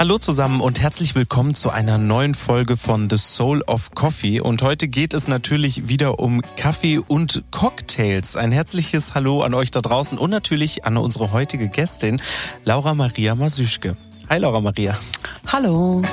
Hallo zusammen und herzlich willkommen zu einer neuen Folge von The Soul of Coffee. Und heute geht es natürlich wieder um Kaffee und Cocktails. Ein herzliches Hallo an euch da draußen und natürlich an unsere heutige Gästin, Laura Maria Masüschke. Hi Laura Maria. Hallo.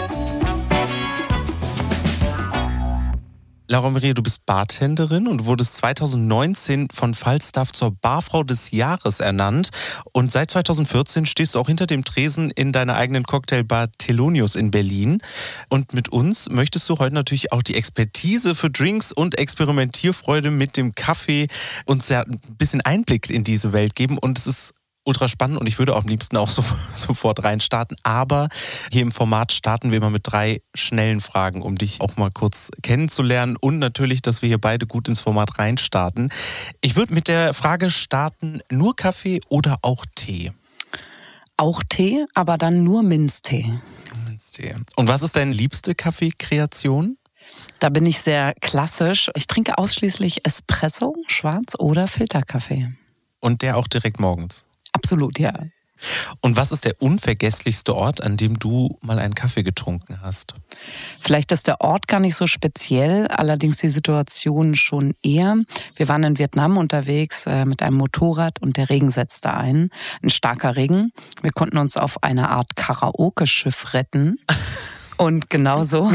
Laura Maria, du bist Bartenderin und wurdest 2019 von Falstaff zur Barfrau des Jahres ernannt. Und seit 2014 stehst du auch hinter dem Tresen in deiner eigenen Cocktailbar Thelonious in Berlin. Und mit uns möchtest du heute natürlich auch die Expertise für Drinks und Experimentierfreude mit dem Kaffee uns ja ein bisschen Einblick in diese Welt geben. Und es ist ultra spannend und ich würde auch am liebsten auch sofort reinstarten. Aber hier im Format starten wir immer mit 3 schnellen Fragen, um dich auch mal kurz kennenzulernen und natürlich, dass wir hier beide gut ins Format reinstarten. Ich würde mit der Frage starten, nur Kaffee oder auch Tee? Auch Tee, aber dann nur Minztee. Minztee. Und was ist deine liebste Kaffeekreation? Da bin ich sehr klassisch. Ich trinke ausschließlich Espresso, Schwarz oder Filterkaffee. Und der auch direkt morgens? Absolut, ja. Und was ist der unvergesslichste Ort, an dem du mal einen Kaffee getrunken hast? Vielleicht ist der Ort gar nicht so speziell, allerdings die Situation schon eher. Wir waren in Vietnam unterwegs mit einem Motorrad und der Regen setzte ein. Ein starker Regen. Wir konnten uns auf eine Art Karaoke-Schiff retten. Und genauso.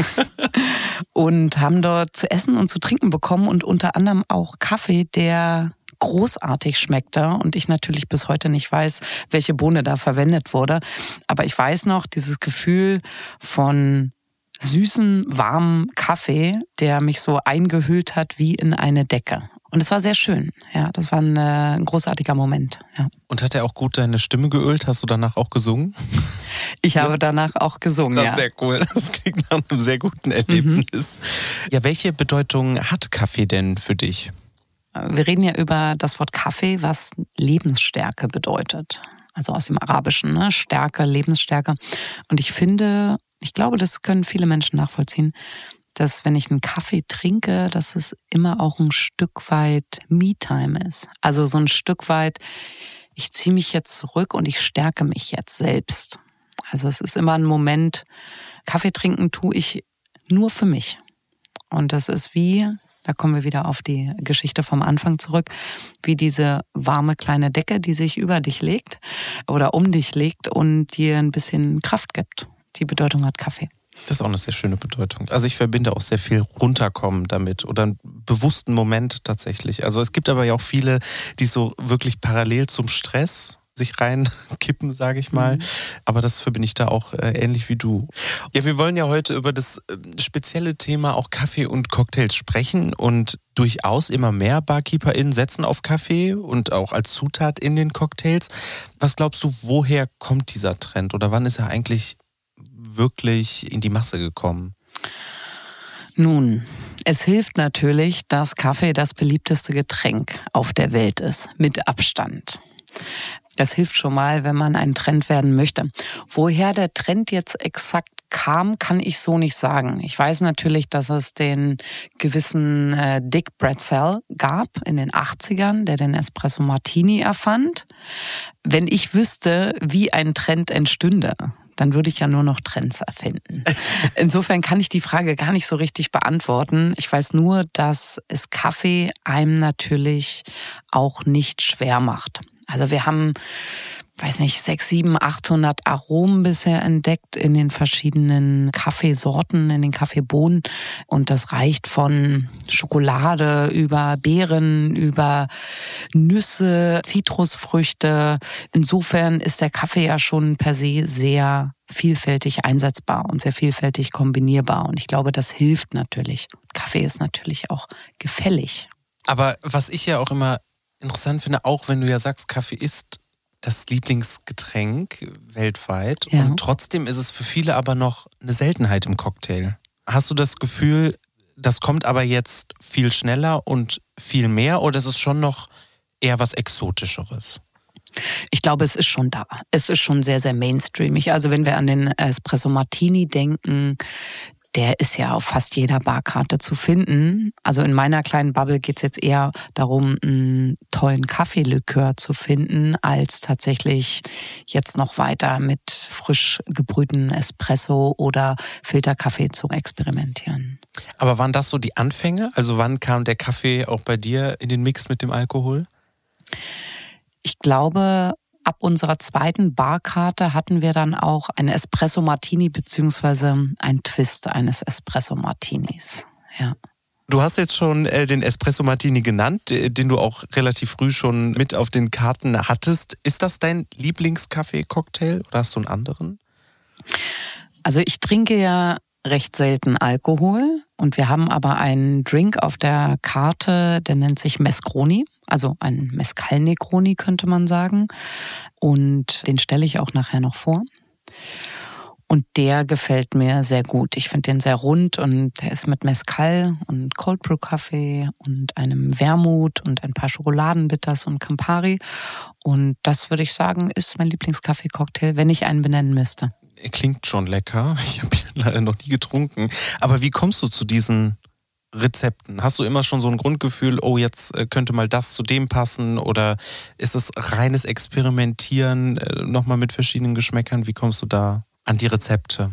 Und haben dort zu essen und zu trinken bekommen und unter anderem auch Kaffee, der großartig schmeckte und ich natürlich bis heute nicht weiß, welche Bohne da verwendet wurde. Aber ich weiß noch, dieses Gefühl von süßen, warmen Kaffee, der mich so eingehüllt hat wie in eine Decke. Und es war sehr schön. Ja, das war ein großartiger Moment. Ja. Und hat er auch gut deine Stimme geölt? Hast du danach auch gesungen? Ich habe danach auch gesungen, das ja. Ist sehr cool. Das klingt nach einem sehr guten Erlebnis. Ja, welche Bedeutung hat Kaffee denn für dich? Wir reden ja über das Wort Kaffee, was Lebensstärke bedeutet. Also aus dem Arabischen, ne? Stärke, Lebensstärke. Und ich glaube, das können viele Menschen nachvollziehen, dass wenn ich einen Kaffee trinke, dass es immer auch ein Stück weit Me-Time ist. Also so ein Stück weit, ich ziehe mich jetzt zurück und ich stärke mich jetzt selbst. Also es ist immer ein Moment, Kaffee trinken tue ich nur für mich. Und das ist wie, da kommen wir wieder auf die Geschichte vom Anfang zurück, wie diese warme kleine Decke, die sich über dich legt oder um dich legt und dir ein bisschen Kraft gibt. Die Bedeutung hat Kaffee. Das ist auch eine sehr schöne Bedeutung. Also ich verbinde auch sehr viel Runterkommen damit oder einen bewussten Moment tatsächlich. Also es gibt aber ja auch viele, die so wirklich parallel zum Stress sich reinkippen, sage ich mal. Aber das verbinde ich da auch ähnlich wie du. Ja, wir wollen ja heute über das spezielle Thema auch Kaffee und Cocktails sprechen und durchaus immer mehr BarkeeperInnen setzen auf Kaffee und auch als Zutat in den Cocktails. Was glaubst du, woher kommt dieser Trend oder wann ist er eigentlich wirklich in die Masse gekommen? Nun, es hilft natürlich, dass Kaffee das beliebteste Getränk auf der Welt ist, mit Abstand. Das hilft schon mal, wenn man ein Trend werden möchte. Woher der Trend jetzt exakt kam, kann ich so nicht sagen. Ich weiß natürlich, dass es den gewissen Dick Bradsell gab in den 80ern, der den Espresso Martini erfand. Wenn ich wüsste, wie ein Trend entstünde, dann würde ich ja nur noch Trends erfinden. Insofern kann ich die Frage gar nicht so richtig beantworten. Ich weiß nur, dass es Kaffee einem natürlich auch nicht schwer macht. Also wir haben, 600, 700, 800 Aromen bisher entdeckt in den verschiedenen Kaffeesorten, in den Kaffeebohnen. Und das reicht von Schokolade über Beeren, über Nüsse, Zitrusfrüchte. Insofern ist der Kaffee ja schon per se sehr vielfältig einsetzbar und sehr vielfältig kombinierbar. Und ich glaube, das hilft natürlich. Kaffee ist natürlich auch gefällig. Aber was ich ja auch immer interessant finde, auch wenn du ja sagst, Kaffee ist das Lieblingsgetränk weltweit und trotzdem ist es für viele aber noch eine Seltenheit im Cocktail. Hast du das Gefühl, das kommt aber jetzt viel schneller und viel mehr oder ist es schon noch eher was Exotischeres? Ich glaube, es ist schon da. Es ist schon sehr, sehr mainstreamig. Also wenn wir an den Espresso Martini denken, der ist ja auf fast jeder Barkarte zu finden. Also in meiner kleinen Bubble geht es jetzt eher darum, einen tollen Kaffeelikör zu finden, als tatsächlich jetzt noch weiter mit frisch gebrühten Espresso oder Filterkaffee zu experimentieren. Aber waren das so die Anfänge? Also wann kam der Kaffee auch bei dir in den Mix mit dem Alkohol? Ich glaube, ab unserer zweiten Barkarte hatten wir dann auch ein Espresso Martini beziehungsweise ein Twist eines Espresso Martinis. Ja. Du hast jetzt schon den Espresso Martini genannt, den du auch relativ früh schon mit auf den Karten hattest. Ist das dein Lieblingskaffee-Cocktail oder hast du einen anderen? Also ich trinke ja recht selten Alkohol und wir haben aber einen Drink auf der Karte, der nennt sich Mescroni, also ein Mezcal Negroni könnte man sagen, und den stelle ich auch nachher noch vor. Und der gefällt mir sehr gut. Ich finde den sehr rund und der ist mit Mezcal und Cold Brew Kaffee und einem Wermut und ein paar Schokoladenbitters und Campari. Und das würde ich sagen, ist mein Lieblingskaffee-Cocktail, wenn ich einen benennen müsste. Klingt schon lecker. Ich habe ihn leider noch nie getrunken. Aber wie kommst du zu diesen Rezepten? Hast du immer schon so ein Grundgefühl, oh, jetzt könnte mal das zu dem passen? Oder ist es reines Experimentieren nochmal mit verschiedenen Geschmäckern? Wie kommst du da an die Rezepte?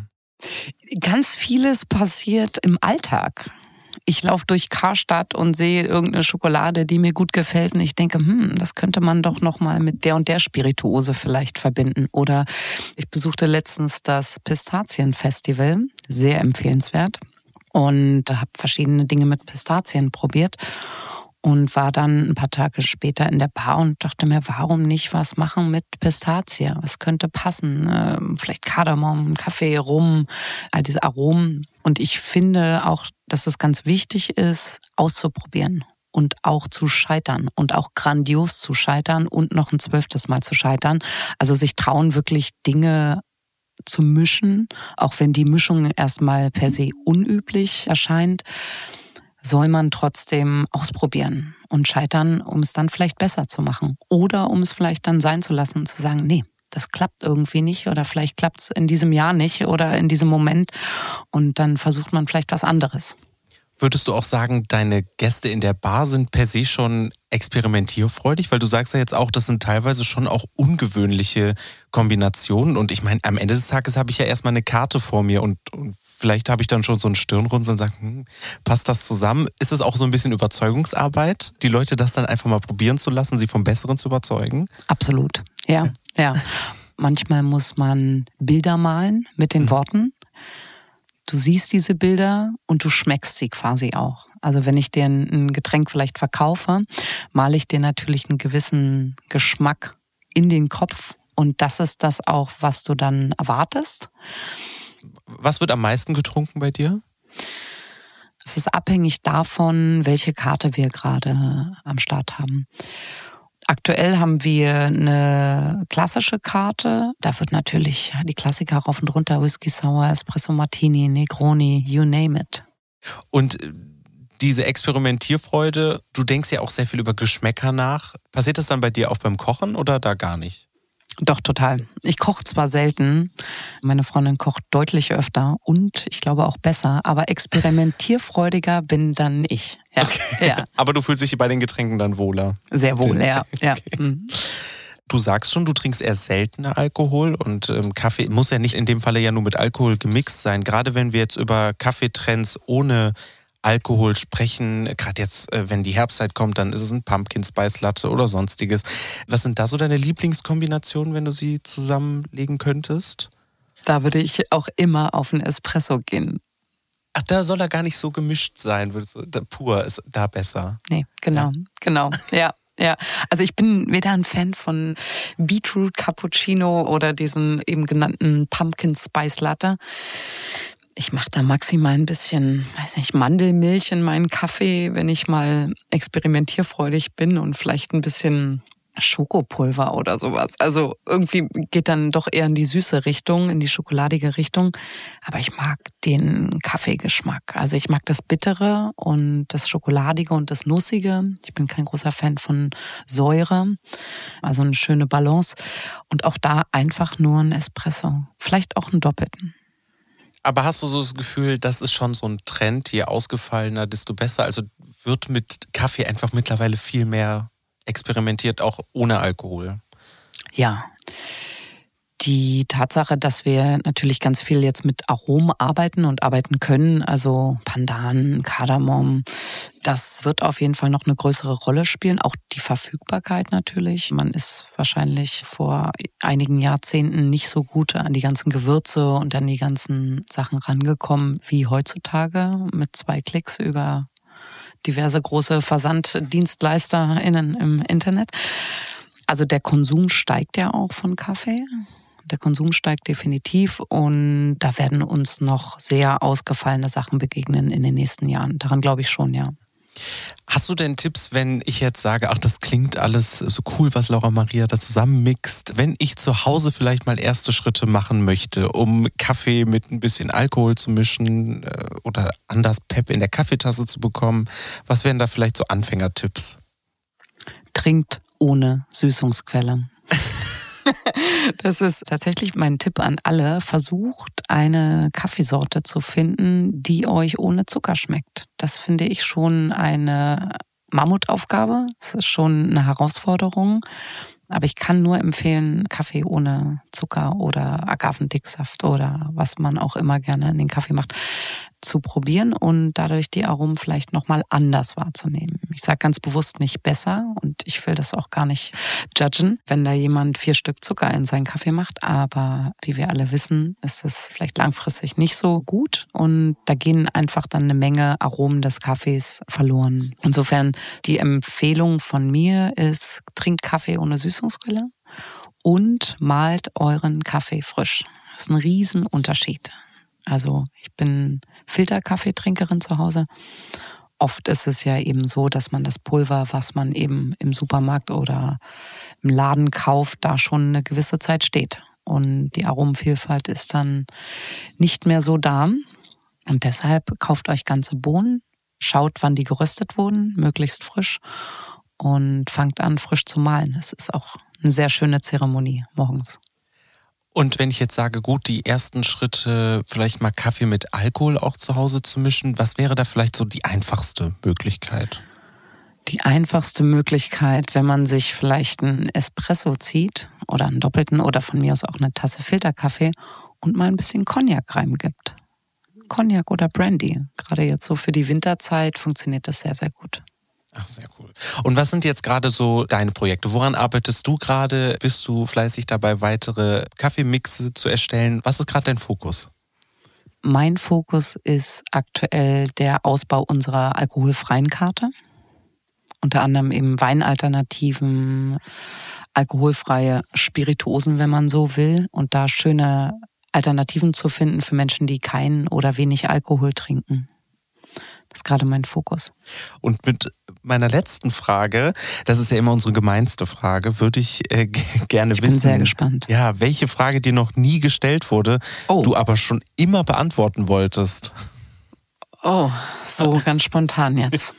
Ganz vieles passiert im Alltag. Ich laufe durch Karstadt und sehe irgendeine Schokolade, die mir gut gefällt und ich denke, das könnte man doch nochmal mit der und der Spirituose vielleicht verbinden. Oder ich besuchte letztens das Pistazienfestival, sehr empfehlenswert, und habe verschiedene Dinge mit Pistazien probiert und war dann ein paar Tage später in der Bar und dachte mir, warum nicht was machen mit Pistazie? Was könnte passen? Vielleicht Kardamom, Kaffee, Rum, all diese Aromen. Und ich finde auch, dass es ganz wichtig ist, auszuprobieren und auch zu scheitern und auch grandios zu scheitern und noch ein 12. Mal zu scheitern. Also sich trauen, wirklich Dinge zu mischen, auch wenn die Mischung erstmal per se unüblich erscheint, soll man trotzdem ausprobieren und scheitern, um es dann vielleicht besser zu machen. Oder um es vielleicht dann sein zu lassen und zu sagen, nee, das klappt irgendwie nicht oder vielleicht klappt es in diesem Jahr nicht oder in diesem Moment und dann versucht man vielleicht was anderes. Würdest du auch sagen, deine Gäste in der Bar sind per se schon experimentierfreudig? Weil du sagst ja jetzt auch, das sind teilweise schon auch ungewöhnliche Kombinationen. Und ich meine, am Ende des Tages habe ich ja erstmal eine Karte vor mir und vielleicht habe ich dann schon so einen Stirnrunzeln und sage, passt das zusammen? Ist es auch so ein bisschen Überzeugungsarbeit, die Leute das dann einfach mal probieren zu lassen, sie vom Besseren zu überzeugen? Absolut, ja. Manchmal muss man Bilder malen mit den Worten. Du siehst diese Bilder und du schmeckst sie quasi auch. Also wenn ich dir ein Getränk vielleicht verkaufe, male ich dir natürlich einen gewissen Geschmack in den Kopf und das ist das auch, was du dann erwartest. Was wird am meisten getrunken bei dir? Es ist abhängig davon, welche Karte wir gerade am Start haben. Aktuell haben wir eine klassische Karte. Da wird natürlich die Klassiker rauf und runter, Whisky Sour, Espresso Martini, Negroni, you name it. Und diese Experimentierfreude, du denkst ja auch sehr viel über Geschmäcker nach. Passiert das dann bei dir auch beim Kochen oder da gar nicht? Doch, total. Ich koche zwar selten, meine Freundin kocht deutlich öfter und ich glaube auch besser, aber experimentierfreudiger bin dann ich. Ja. Okay. Ja. Aber du fühlst dich bei den Getränken dann wohler? Sehr wohl, ja. Okay. Mhm. Du sagst schon, du trinkst eher seltener Alkohol und Kaffee muss ja nicht in dem Falle ja nur mit Alkohol gemixt sein. Gerade wenn wir jetzt über Kaffeetrends ohne Alkohol sprechen, gerade jetzt, wenn die Herbstzeit kommt, dann ist es ein Pumpkin Spice Latte oder sonstiges. Was sind da so deine Lieblingskombinationen, wenn du sie zusammenlegen könntest? Da würde ich auch immer auf einen Espresso gehen. Ach, da soll er gar nicht so gemischt sein. Pur ist da besser. Nee, genau, ja. Ja, also ich bin weder ein Fan von Beetroot Cappuccino oder diesen eben genannten Pumpkin Spice Latte. Ich mache da maximal ein bisschen, Mandelmilch in meinen Kaffee, wenn ich mal experimentierfreudig bin und vielleicht ein bisschen Schokopulver oder sowas. Also irgendwie geht dann doch eher in die süße Richtung, in die schokoladige Richtung. Aber ich mag den Kaffeegeschmack. Also ich mag das Bittere und das Schokoladige und das Nussige. Ich bin kein großer Fan von Säure. Also eine schöne Balance. Und auch da einfach nur ein Espresso. Vielleicht auch einen doppelten. Aber hast du so das Gefühl, das ist schon so ein Trend, je ausgefallener, desto besser? Also wird mit Kaffee einfach mittlerweile viel mehr experimentiert, auch ohne Alkohol? Ja. Die Tatsache, dass wir natürlich ganz viel jetzt mit Aromen arbeiten und arbeiten können, also Pandan, Kardamom, das wird auf jeden Fall noch eine größere Rolle spielen. Auch die Verfügbarkeit natürlich. Man ist wahrscheinlich vor einigen Jahrzehnten nicht so gut an die ganzen Gewürze und an die ganzen Sachen rangekommen wie heutzutage mit 2 Klicks über diverse große VersanddienstleisterInnen im Internet. Also der Konsum steigt ja auch von Kaffee. Der Konsum steigt definitiv und da werden uns noch sehr ausgefallene Sachen begegnen in den nächsten Jahren. Daran glaube ich schon, ja. Hast du denn Tipps, wenn ich jetzt sage, ach, das klingt alles so cool, was Laura Maria da zusammenmixt, wenn ich zu Hause vielleicht mal erste Schritte machen möchte, um Kaffee mit ein bisschen Alkohol zu mischen oder anders Pep in der Kaffeetasse zu bekommen, was wären da vielleicht so Anfängertipps? Trinkt ohne Süßungsquelle. Das ist tatsächlich mein Tipp an alle. Versucht eine Kaffeesorte zu finden, die euch ohne Zucker schmeckt. Das finde ich schon eine Mammutaufgabe. Es ist schon eine Herausforderung. Aber ich kann nur empfehlen, Kaffee ohne Zucker oder Agavendicksaft oder was man auch immer gerne in den Kaffee macht, zu probieren und dadurch die Aromen vielleicht nochmal anders wahrzunehmen. Ich sage ganz bewusst nicht besser und ich will das auch gar nicht judgen, wenn da jemand 4 Stück Zucker in seinen Kaffee macht. Aber wie wir alle wissen, ist es vielleicht langfristig nicht so gut und da gehen einfach dann eine Menge Aromen des Kaffees verloren. Insofern die Empfehlung von mir ist, trinkt Kaffee ohne Süßungsquelle und malt euren Kaffee frisch. Das ist ein Riesenunterschied. Also ich bin Filterkaffeetrinkerin zu Hause. Oft ist es ja eben so, dass man das Pulver, was man eben im Supermarkt oder im Laden kauft, da schon eine gewisse Zeit steht. Und die Aromenvielfalt ist dann nicht mehr so da. Und deshalb kauft euch ganze Bohnen, schaut, wann die geröstet wurden, möglichst frisch und fangt an, frisch zu mahlen. Das ist auch eine sehr schöne Zeremonie morgens. Und wenn ich jetzt sage, gut, die ersten Schritte, vielleicht mal Kaffee mit Alkohol auch zu Hause zu mischen, was wäre da vielleicht so die einfachste Möglichkeit? Die einfachste Möglichkeit, wenn man sich vielleicht einen Espresso zieht oder einen doppelten oder von mir aus auch eine Tasse Filterkaffee und mal ein bisschen Cognac reingibt. Cognac oder Brandy. Gerade jetzt so für die Winterzeit funktioniert das sehr, sehr gut. Ach, sehr cool. Und was sind jetzt gerade so deine Projekte? Woran arbeitest du gerade? Bist du fleißig dabei, weitere Kaffeemixe zu erstellen? Was ist gerade dein Fokus? Mein Fokus ist aktuell der Ausbau unserer alkoholfreien Karte. Unter anderem eben Weinalternativen, alkoholfreie Spirituosen, wenn man so will. Und da schöne Alternativen zu finden für Menschen, die keinen oder wenig Alkohol trinken. Das ist gerade mein Fokus. Und mit meiner letzten Frage, das ist ja immer unsere gemeinste Frage, würde ich gerne wissen. Ich bin sehr gespannt. Ja, welche Frage dir noch nie gestellt wurde, du aber schon immer beantworten wolltest. Oh, so ganz spontan jetzt.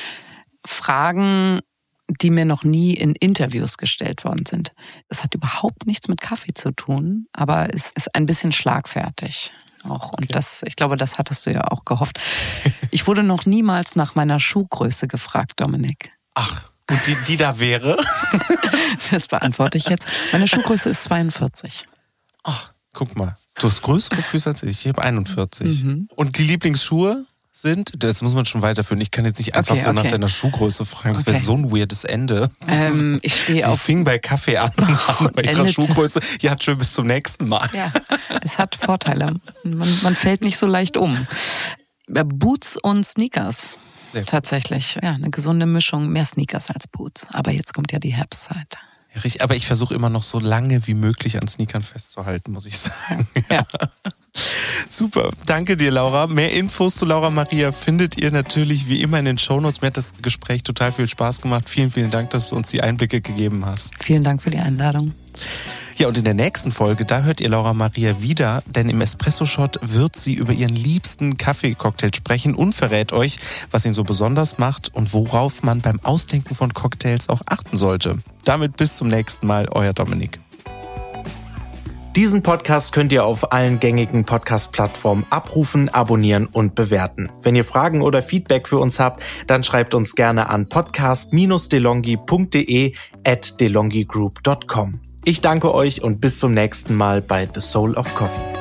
Fragen, die mir noch nie in Interviews gestellt worden sind. Es hat überhaupt nichts mit Kaffee zu tun, aber es ist ein bisschen schlagfertig. Auch. Und okay. Ich glaube, das hattest du ja auch gehofft. Ich wurde noch niemals nach meiner Schuhgröße gefragt, Dominik. Ach, und die da wäre? Das beantworte ich jetzt. Meine Schuhgröße ist 42. Ach, guck mal. Du hast größere Füße als ich. Ich habe 41. Mhm. Und die Lieblingsschuhe sind? Das muss man schon weiterführen. Ich kann jetzt nicht einfach nach deiner Schuhgröße fragen. Das wäre so ein weirdes Ende. Ich stehe auf. Sie fing bei Kaffee an bei ihrer Schuhgröße. Ja, tschö, bis zum nächsten Mal. Ja, es hat Vorteile. Man fällt nicht so leicht um. Boots und Sneakers. Tatsächlich. Ja, eine gesunde Mischung. Mehr Sneakers als Boots. Aber jetzt kommt ja die Herbstzeit. Ja, richtig. Aber ich versuche immer noch so lange wie möglich an Sneakern festzuhalten, muss ich sagen. Ja. Super, danke dir, Laura. Mehr Infos zu Laura Maria findet ihr natürlich wie immer in den Shownotes. Mir hat das Gespräch total viel Spaß gemacht. Vielen, vielen Dank, dass du uns die Einblicke gegeben hast. Vielen Dank für die Einladung. Ja, und in der nächsten Folge, da hört ihr Laura Maria wieder, denn im Espresso-Shot wird sie über ihren liebsten Kaffeecocktail sprechen und verrät euch, was ihn so besonders macht und worauf man beim Ausdenken von Cocktails auch achten sollte. Damit bis zum nächsten Mal, euer Dominik. Diesen Podcast könnt ihr auf allen gängigen Podcast-Plattformen abrufen, abonnieren und bewerten. Wenn ihr Fragen oder Feedback für uns habt, dann schreibt uns gerne an podcast-delonghi.de@delonghigroup.com. Ich danke euch und bis zum nächsten Mal bei The Soul of Coffee.